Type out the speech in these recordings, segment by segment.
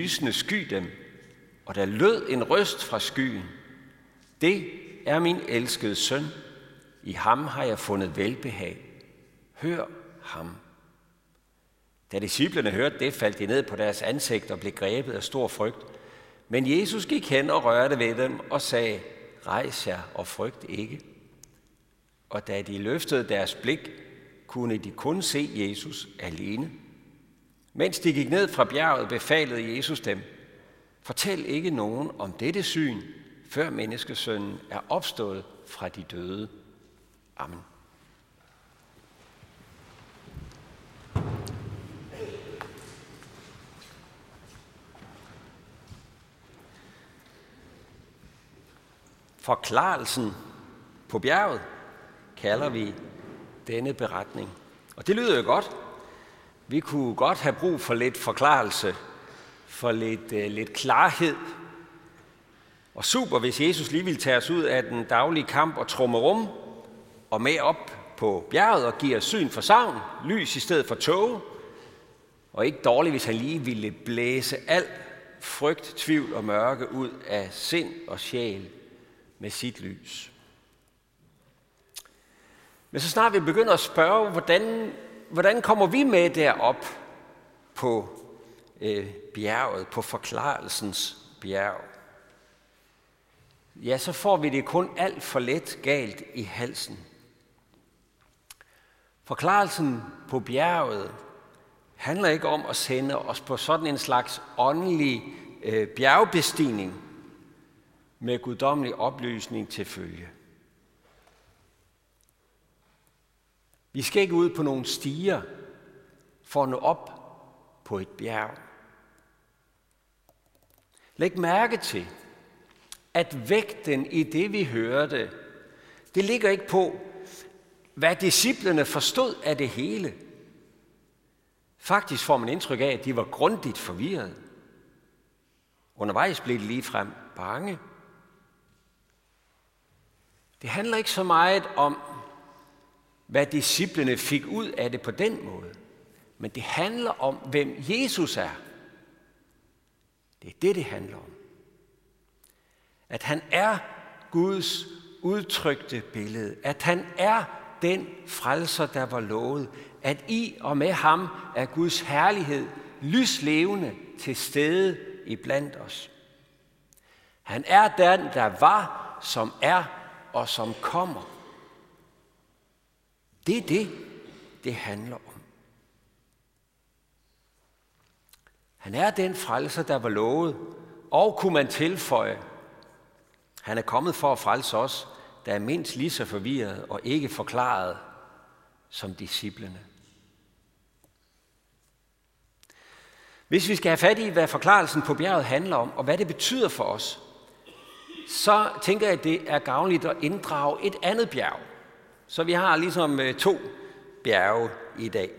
lysende sky dem, og der lød en røst fra skyen. Det er min elskede søn. I ham har jeg fundet velbehag. Hør ham. Da disciplene hørte det, faldt de ned på deres ansigt og blev grebet af stor frygt. Men Jesus gik hen og rørte ved dem og sagde, rejs jer og frygt ikke. Og da de løftede deres blik, kunne de kun se Jesus alene. Mens de gik ned fra bjerget, befalede Jesus dem, fortæl ikke nogen om dette syn, før menneskesønnen er opstået fra de døde. Amen. Forklarelsen på bjerget kalder vi denne beretning. Og det lyder jo godt. Vi kunne godt have brug for lidt forklarelse, for lidt klarhed. Og super, hvis Jesus lige ville tage os ud af den daglige kamp og trummerum og med op på bjerget og give os syn for savn, lys i stedet for tåge. Og ikke dårligt, hvis han lige ville blæse al frygt, tvivl og mørke ud af sind og sjæl med sit lys. Men så snart vi begynder at spørge, hvordan kommer vi med derop på bjerget, på forklarelsens bjerg, ja, så får vi det kun alt for let galt i halsen. Forklarelsen på bjerget handler ikke om at sende os på sådan en slags åndelig bjergbestigning med guddommelig oplysning til følge. Vi skal ikke ud på nogle stiger for at nå op på et bjerg. Læg mærke til, at vægten i det, vi hørte, det ligger ikke på, hvad disciplene forstod af det hele. Faktisk får man indtryk af, at de var grundigt forvirrede. Undervejs blev de ligefrem bange. Det handler ikke så meget om, hvad disciplene fik ud af det på den måde, men det handler om, hvem Jesus er. Det er det handler om. At han er Guds udtrykte billede. At han er den frelser, der var lovet. At i og med ham er Guds herlighed lyslevende til stede iblandt os. Han er den, der var, som er og som kommer. Det er det handler om. Han er den frelser, der var lovet, og kunne man tilføje, han er kommet for at frelse os, der er mindst lige så forvirret og ikke forklaret som disciplene. Hvis vi skal have fat i, hvad forklarelsen på bjerget handler om, og hvad det betyder for os, så tænker jeg, at det er gavnligt at inddrage et andet bjerg. Så vi har ligesom 2 bjerge i dag.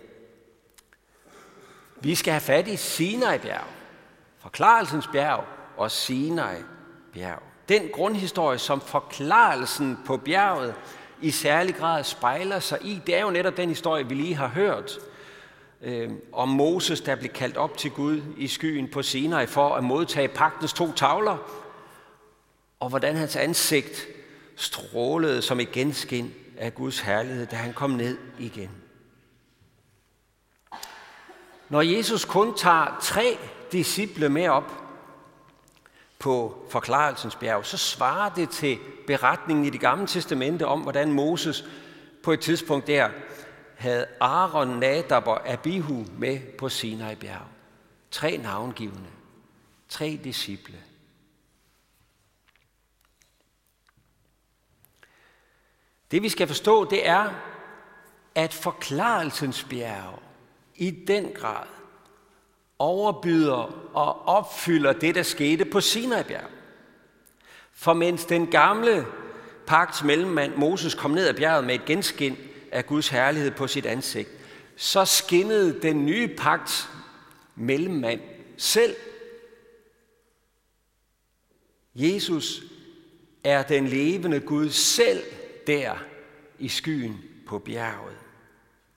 Vi skal have fat i Sinai-bjerg, forklarelsens bjerg og Sinai-bjerg. Den grundhistorie, som forklarelsen på bjerget i særlig grad spejler sig i, det er jo netop den historie, vi lige har hørt om Moses, der blev kaldt op til Gud i skyen på Sinai for at modtage pagtens 2 tavler, og hvordan hans ansigt strålede som et genskin af Guds herlighed, da han kom ned igen. Når Jesus kun tager 3 disciple med op på forklarelsens bjerg, så svarer det til beretningen i Det Gamle Testamente om, hvordan Moses på et tidspunkt der havde Aaron, Nadab og Abihu med på Sinai-bjerg. 3 navngivne, 3 disciple. Det vi skal forstå, det er, at forklarelsens bjerg i den grad overbyder og opfylder det, der skete på Sinai-bjerg. For mens den gamle pagts mellemmand Moses kom ned ad bjerget med et genskin af Guds herlighed på sit ansigt, så skinnede den nye pagts mellemmand selv. Jesus er den levende Gud selv der i skyen på bjerget.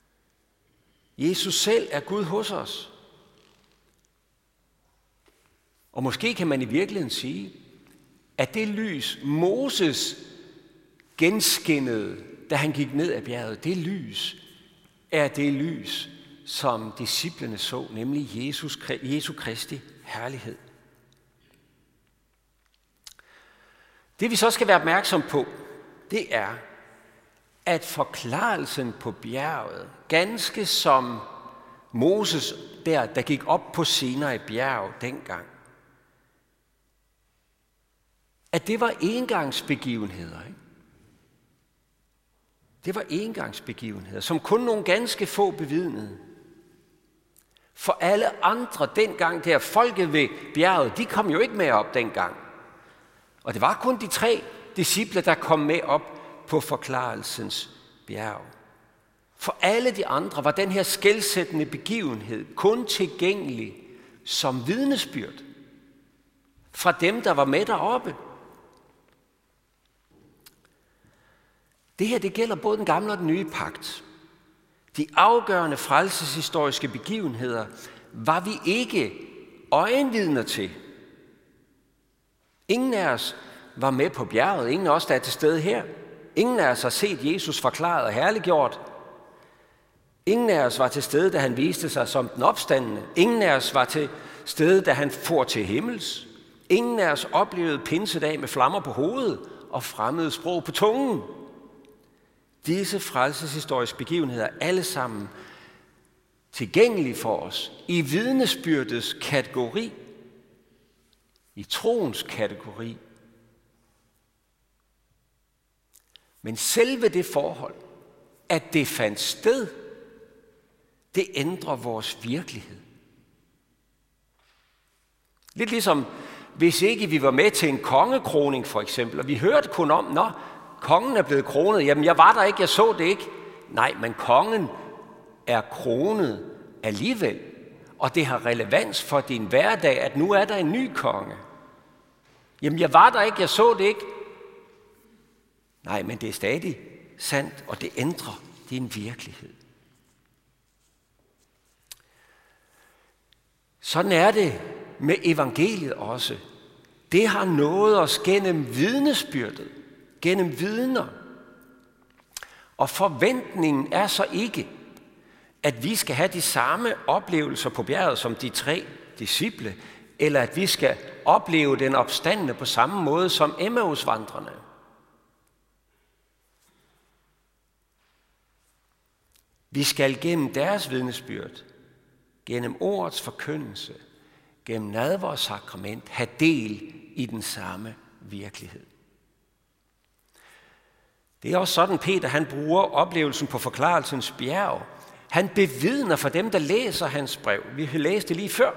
Jesus selv er Gud hos os. Og måske kan man i virkeligheden sige, at det lys, Moses genskinnede, da han gik ned ad bjerget, det lys er det lys, som disciplene så, nemlig Jesu Kristi herlighed. Det vi så skal være opmærksom på, det er, at forklarelsen på bjerget, ganske som Moses der gik op på Sinai bjerg dengang, at det var engangsbegivenheder. Ikke? Det var engangsbegivenheder, som kun nogle ganske få bevidnede. For alle andre dengang, der folket ved bjerget, de kom jo ikke med op dengang. Og det var kun de 3 disciple, der kom med op på forklarelsens bjerg. For alle de andre var den her skelsættende begivenhed kun tilgængelig som vidnesbyrd fra dem, der var med deroppe. Det her, det gælder både den gamle og den nye pagt. De afgørende frelseshistoriske begivenheder var vi ikke øjenvidner til. Ingen af os var med på bjerget, ingen af os, der er til stede her. Ingen af os har set Jesus forklaret og herliggjort. Ingen af os var til stede, da han viste sig som den opstandende. Ingen af os var til stede, da han for til himmels. Ingen af os oplevede pinsedag med flammer på hovedet og fremmede sprog på tungen. Disse frelseshistoriske begivenheder er alle sammen tilgængelige for os i vidnesbyrdets kategori, i troens kategori. Men selve det forhold, at det fandt sted, det ændrer vores virkelighed. Lidt ligesom, hvis ikke vi var med til en kongekroning for eksempel, og vi hørte kun om, når kongen er blevet kronet, jamen jeg var der ikke, jeg så det ikke. Nej, men kongen er kronet alligevel, og det har relevans for din hverdag, at nu er der en ny konge. Jamen jeg var der ikke, jeg så det ikke. Nej, men det er stadig sandt, og det ændrer din virkelighed. Sådan er det med evangeliet også. Det har nået os gennem vidnesbyrdet, gennem vidner. Og forventningen er så ikke, at vi skal have de samme oplevelser på bjerget som de 3 disciple, eller at vi skal opleve den opstandne på samme måde som Emmausvandrerne. Vi skal gennem deres vidnesbyrd, gennem ordets forkyndelse, gennem nadversakrament have del i den samme virkelighed. Det er også sådan, Peter han bruger oplevelsen på forklarelsens bjerg. Han bevidner for dem, der læser hans brev. Vi har læst det lige før.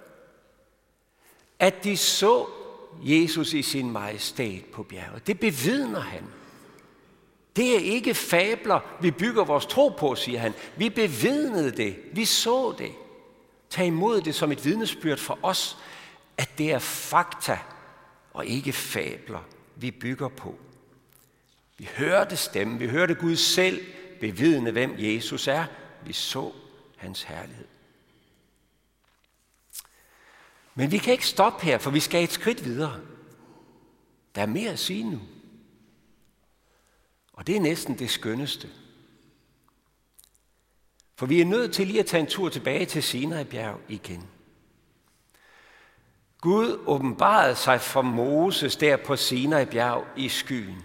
At de så Jesus i sin majestæt på bjerget. Det bevidner han. Det er ikke fabler, vi bygger vores tro på, siger han. Vi bevidnede det. Vi så det. Tag imod det som et vidnesbyrd for os, at det er fakta og ikke fabler, vi bygger på. Vi hørte stemmen, vi hørte Gud selv bevidne, hvem Jesus er. Vi så hans herlighed. Men vi kan ikke stoppe her, for vi skal et skridt videre. Der er mere at sige nu. Og det er næsten det skønneste. For vi er nødt til lige at tage en tur tilbage til Sinai bjerg igen. Gud åbenbarede sig for Moses der på Sinai bjerg i skyen.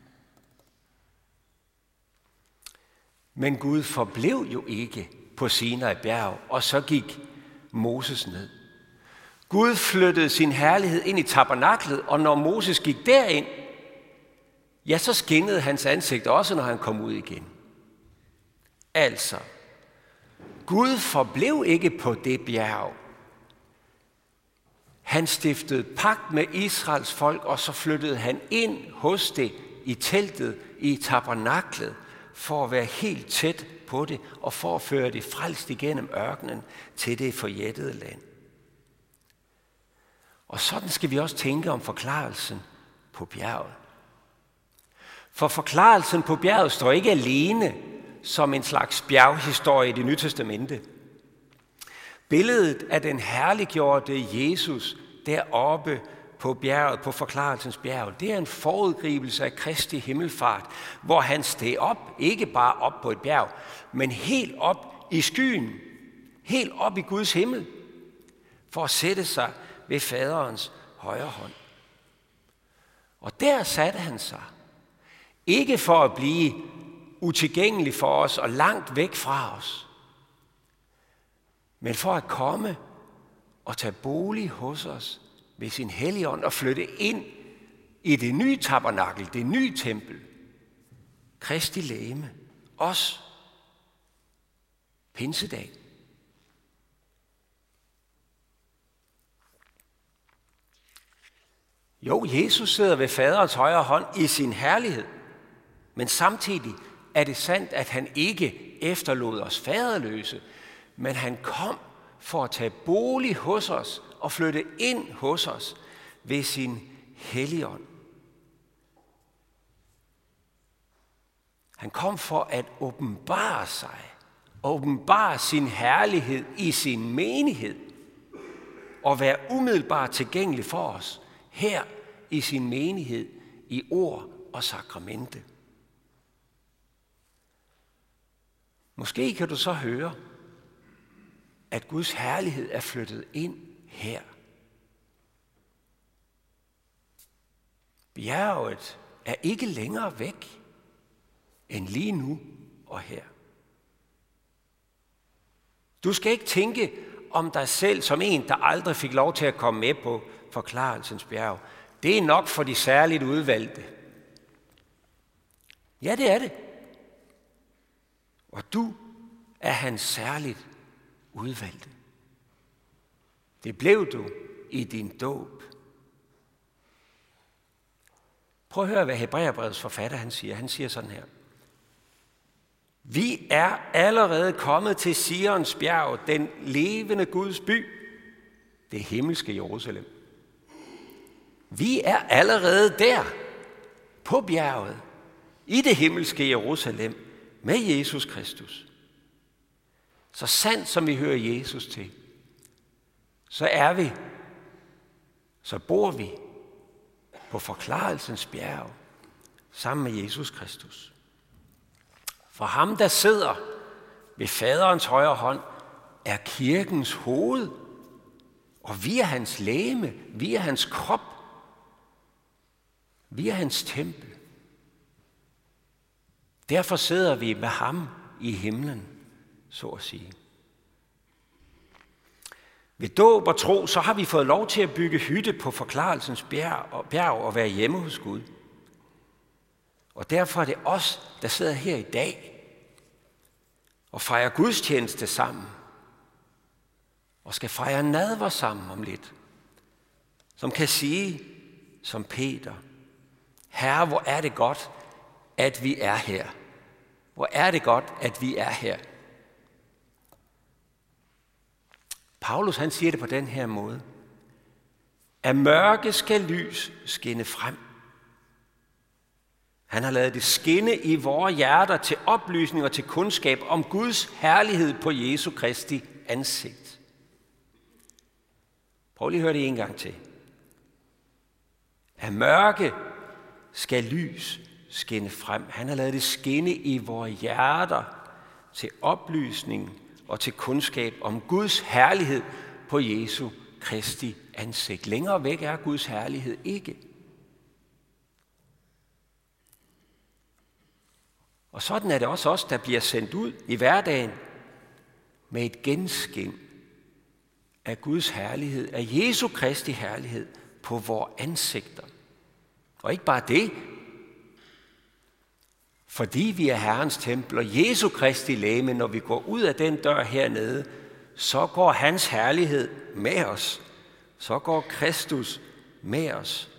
Men Gud forblev jo ikke på Sinai bjerg, og så gik Moses ned. Gud flyttede sin herlighed ind i tabernaklet, og når Moses gik derind, ja, så skinnede hans ansigt også, når han kom ud igen. Altså, Gud forblev ikke på det bjerg. Han stiftede pagt med Israels folk, og så flyttede han ind hos det i teltet, i tabernaklet, for at være helt tæt på det, og for at føre det frelst igennem ørkenen til det forjættede land. Og sådan skal vi også tænke om forklarelsen på bjerget. For forklarelsen på bjerget står ikke alene som en slags bjerghistorie i Det Nye Testamente. Billedet af den herliggjorte Jesus, deroppe på bjerget, på forklarelsens bjerg, det er en forudgribelse af Kristi himmelfart, hvor han steg op, ikke bare op på et bjerg, men helt op i skyen, helt op i Guds himmel, for at sætte sig ved faderens højre hånd. Og der satte han sig, ikke for at blive utilgængelig for os og langt væk fra os, men for at komme og tage bolig hos os ved sin Helligånd og flytte ind i det nye tabernakel, det nye tempel, Kristi legeme, os, pinsedag. Jo, Jesus sidder ved faderens højre hånd i sin herlighed, men samtidig er det sandt, at han ikke efterlod os faderløse, men han kom for at tage bolig hos os og flytte ind hos os ved sin Helligånd. Han kom for at åbenbare sig, åbenbare sin herlighed i sin menighed og være umiddelbart tilgængelig for os her i sin menighed i ord og sakramente. Måske kan du så høre, at Guds herlighed er flyttet ind her. Bjerget er ikke længere væk end lige nu og her. Du skal ikke tænke om dig selv som en, der aldrig fik lov til at komme med på forklarelsens bjerg. Det er nok for de særligt udvalgte. Ja, det er det. Og du er hans særligt udvalgte. Det blev du i din dåb. Prøv at høre, hvad Hebræerbrevets forfatter han siger. Han siger sådan her. Vi er allerede kommet til Sions bjerg, den levende Guds by, det himmelske Jerusalem. Vi er allerede der, på bjerget, i det himmelske Jerusalem, med Jesus Kristus. Så sandt som vi hører Jesus til, så bor vi på forklarelsens bjerg, sammen med Jesus Kristus. For ham, der sidder ved faderens højre hånd, er kirkens hoved, og vi er hans legeme, vi er hans krop, vi er hans tempel. Derfor sidder vi med ham i himlen, så at sige. Ved dåb og tro, så har vi fået lov til at bygge hytte på forklarelsens bjerg og være hjemme hos Gud. Og derfor er det os, der sidder her i dag og fejrer gudstjeneste sammen og skal fejre nadver sammen om lidt, som kan sige som Peter, Herre, hvor er det godt, at vi er her. Hvor er det godt, at vi er her. Paulus han siger det på den her måde. Af mørke skal lys skinne frem. Han har ladet det skinne i vores hjerter til oplysning og til kundskab om Guds herlighed på Jesu Kristi ansigt. Prøv lige at høre det en gang til. Af mørke skal lys skinne frem. Han har ladet det skinne i vores hjerter til oplysning og til kundskab om Guds herlighed på Jesu Kristi ansigt. Længere væk er Guds herlighed ikke. Og sådan er det også os, der bliver sendt ud i hverdagen med et genskin af Guds herlighed, af Jesu Kristi herlighed på vores ansigter. Og ikke bare det, fordi vi er Herrens tempel og Jesu Kristi legeme, når vi går ud af den dør hernede, så går hans herlighed med os. Så går Kristus med os.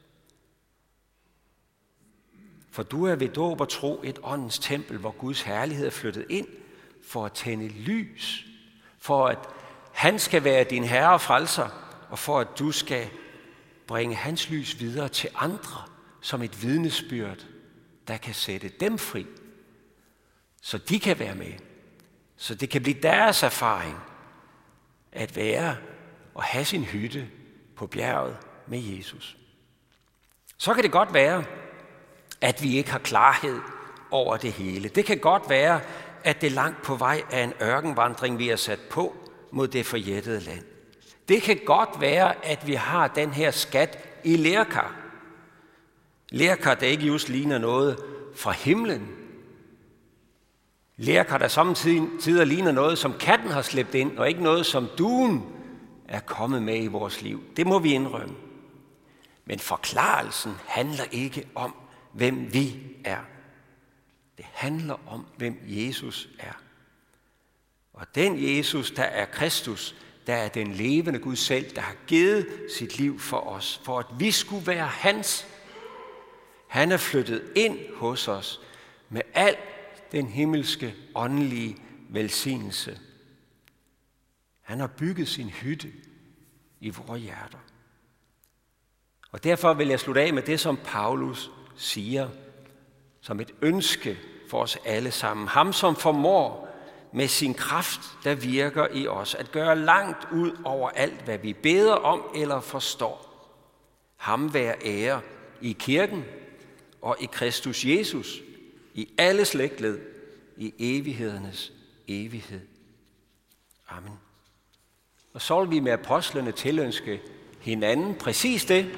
For du er ved dåb og tro et åndens tempel, hvor Guds herlighed er flyttet ind for at tænde lys. For at han skal være din herre og frelser, og for at du skal bringe hans lys videre til andre som et vidnesbyrd, der kan sætte dem fri, så de kan være med. Så det kan blive deres erfaring at være og have sin hytte på bjerget med Jesus. Så kan det godt være, at vi ikke har klarhed over det hele. Det kan godt være, at det langt på vej er en ørkenvandring, vi er sat på mod det forjættede land. Det kan godt være, at vi har den her skat i lerkar. Lerkar, der ikke just ligner noget fra himlen. Lerkar, der samtidig ligner noget, som katten har slæbt ind, og ikke noget, som duen er kommet med i vores liv. Det må vi indrømme. Men forklarelsen handler ikke om, hvem vi er. Det handler om, hvem Jesus er. Og den Jesus, der er Kristus, der er den levende Gud selv, der har givet sit liv for os, for at vi skulle være hans. Han er flyttet ind hos os med al den himmelske, åndelige velsignelse. Han har bygget sin hytte i vores hjerter. Og derfor vil jeg slutte af med det, som Paulus siger, som et ønske for os alle sammen. Ham, som formår med sin kraft, der virker i os, at gøre langt ud over alt, hvad vi beder om eller forstår. Ham være ære i kirken og i Kristus Jesus, i alle slægtled, i evighedernes evighed. Amen. Og så vil vi med apostlene tilønske hinanden præcis det,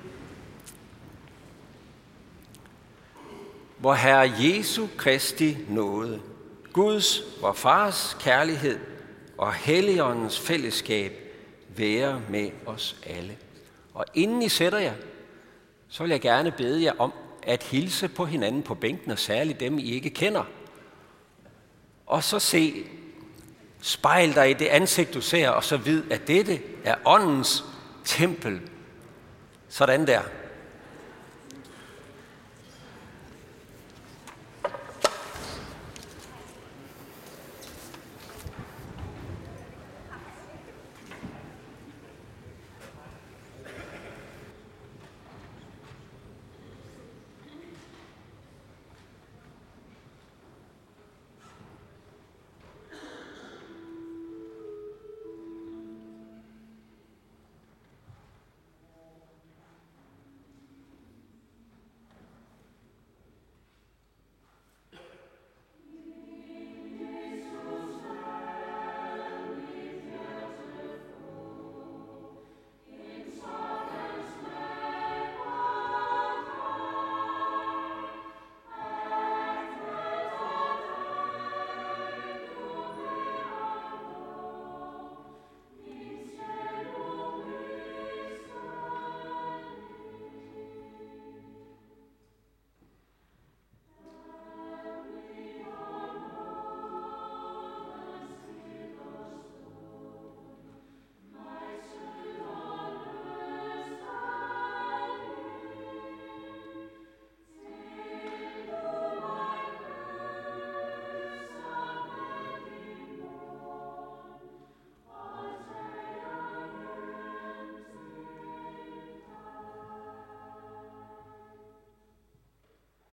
hvor Herre Jesu Kristi nåde, Guds, vor Fars kærlighed og Helligåndens fællesskab være med os alle. Og inden I sætter jer, så vil jeg gerne bede jer om at hilse på hinanden på bænken, og særligt dem, I ikke kender. Og så spejl dig i det ansigt, du ser, og så vid, at dette er åndens tempel. Sådan der.